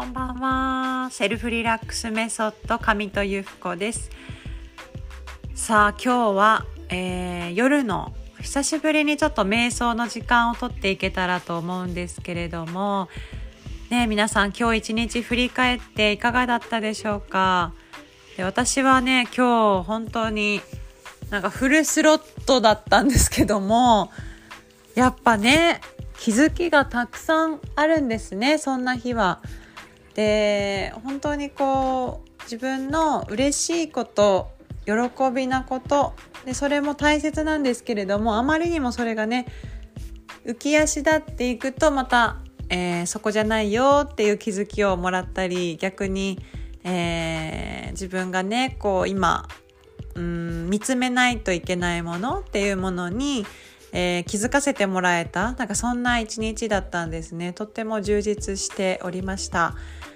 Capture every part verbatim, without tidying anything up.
こんばんは。セルフリラックスメソッド上戸由布子です。さあ今日は、えー、夜の久しぶりにちょっと瞑想の時間をとっていけたらと思うんですけれどもね、皆さん今日一日振り返っていかがだったでしょうか。で私はね今日本当になんかフルスロットだったんですけども、やっぱね気づきがたくさんあるんですね、そんな日は。で本当にこう自分の嬉しいこと、喜びなことで、それも大切なんですけれども、あまりにもそれがね浮き足立っていくとまた、えー、そこじゃないよっていう気づきをもらったり、逆に、えー、自分がねこう今うーん見つめないといけないものっていうものにえー、気づかせてもらえた、なんかそんな一日だったんですね。とっても充実しておりました。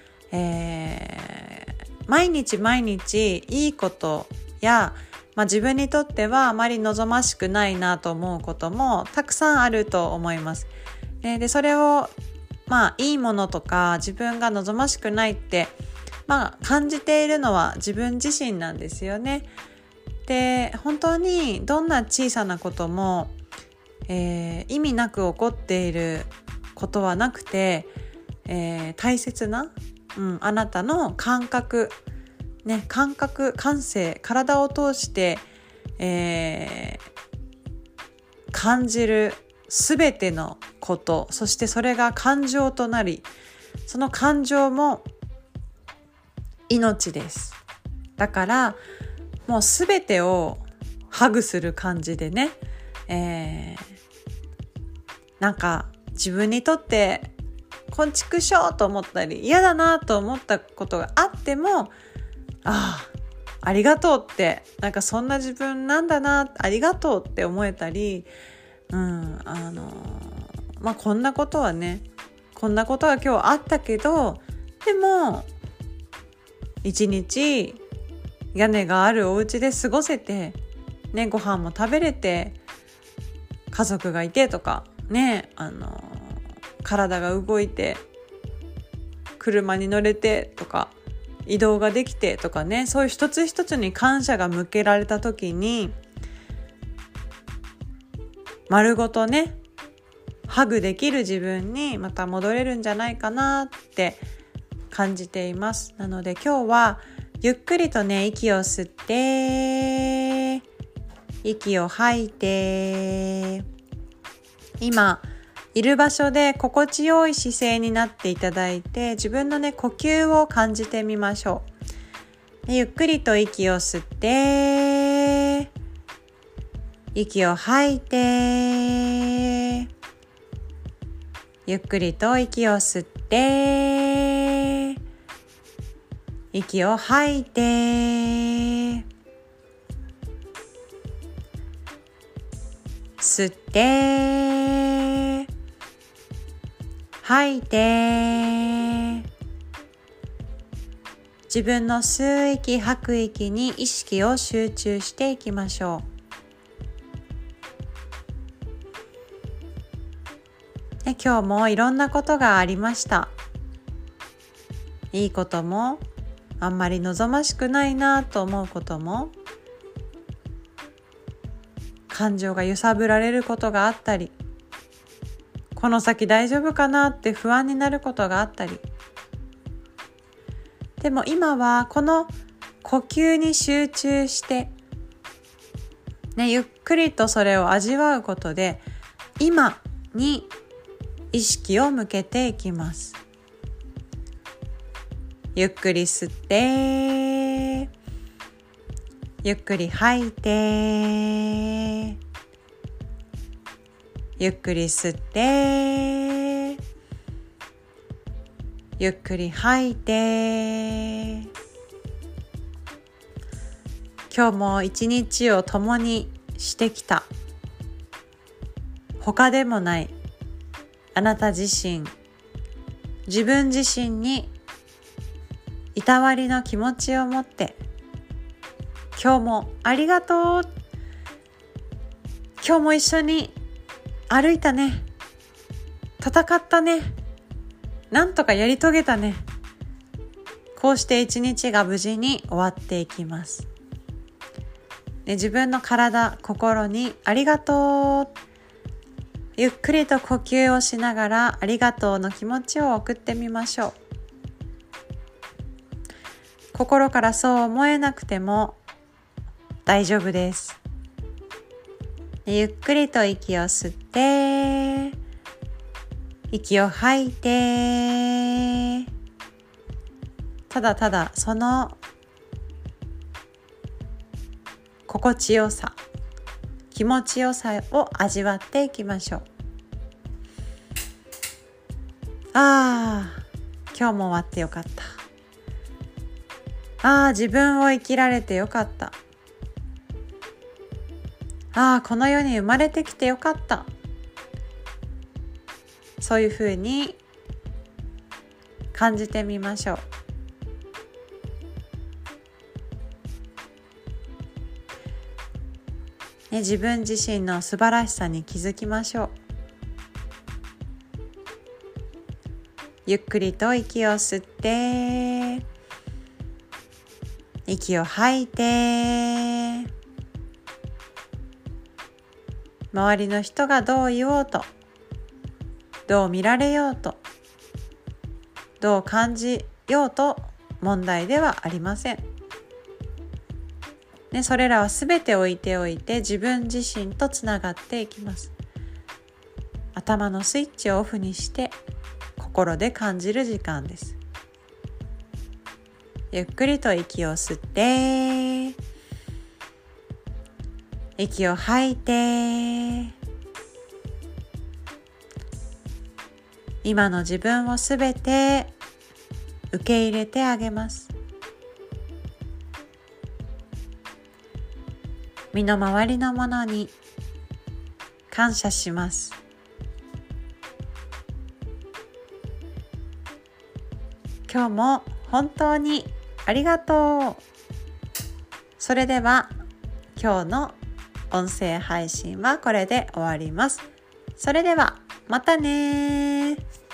えー、毎日毎日いいことや、まあ、自分にとってはあまり望ましくないなと思うこともたくさんあると思います。で、でそれをまあいいものとか自分が望ましくないってまあ感じているのは自分自身なんですよね。で本当にどんな小さなこともえー、意味なく起こっていることはなくて、えー、大切な、うん、あなたの感覚、ね、感覚、感性、体を通して、えー、感じるすべてのこと、そしてそれが感情となり、その感情も命です。だからもうすべてをハグする感じでね、えーなんか自分にとってこんちくしょうと思ったり嫌だなと思ったことがあっても、ああありがとうって、なんかそんな自分なんだな、ありがとうって思えたり、うんあのまあこんなことはねこんなことが今日あったけど、でも一日屋根があるお家で過ごせてね、ご飯も食べれて家族がいてとかね、あの体が動いて車に乗れてとか移動ができてとかね、そういう一つ一つに感謝が向けられた時に丸ごとねハグできる自分にまた戻れるんじゃないかなって感じています。なので今日はゆっくりとね息を吸って息を吐いて、今いる場所で心地よい姿勢になっていただいて、自分のね呼吸を感じてみましょう。ゆっくりと息を吸って息を吐いて、ゆっくりと息を吸って息を吐いて、吸って吐いて、自分の吸う息吐く息に意識を集中していきましょう。で今日もいろんなことがありました。いいこともあんまり望ましくないなと思うことも、感情が揺さぶられることがあったり、この先大丈夫かなって不安になることがあったり、でも今はこの呼吸に集中して、ね、ゆっくりとそれを味わうことで今に意識を向けていきます。ゆっくり吸ってゆっくり吐いて、ゆっくり吸ってゆっくり吐いて、今日も一日を共にしてきた他でもないあなた自身、自分自身にいたわりの気持ちを持って、今日もありがとう、今日も一緒に歩いたね、戦ったね、なんとかやり遂げたね、 こうして一日が無事に終わっていきます。で、自分の体、心にありがとう、ゆっくりと呼吸をしながらありがとうの気持ちを送ってみましょう。心からそう思えなくても大丈夫です。で、ゆっくりと息を吸って息を吐いて、ただただその心地よさ、気持ちよさを味わっていきましょう。ああ、今日も終わってよかった。ああ、自分を生きられてよかった。ああ、この世に生まれてきてよかった。そういうふうに感じてみましょう。ね、自分自身の素晴らしさに気づきましょう。ゆっくりと息を吸って息を吐いて、周りの人がどう言おうと、どう見られようと、どう感じようと問題ではありません。ね、それらはすべて置いておいて自分自身とつながっていきます。頭のスイッチをオフにして心で感じる時間です。ゆっくりと息を吸って息を吐いて、今の自分をすべて受け入れてあげます。身の回りのものに感謝します。今日も本当にありがとう。それでは今日の音声配信はこれで終わります。それではまたね。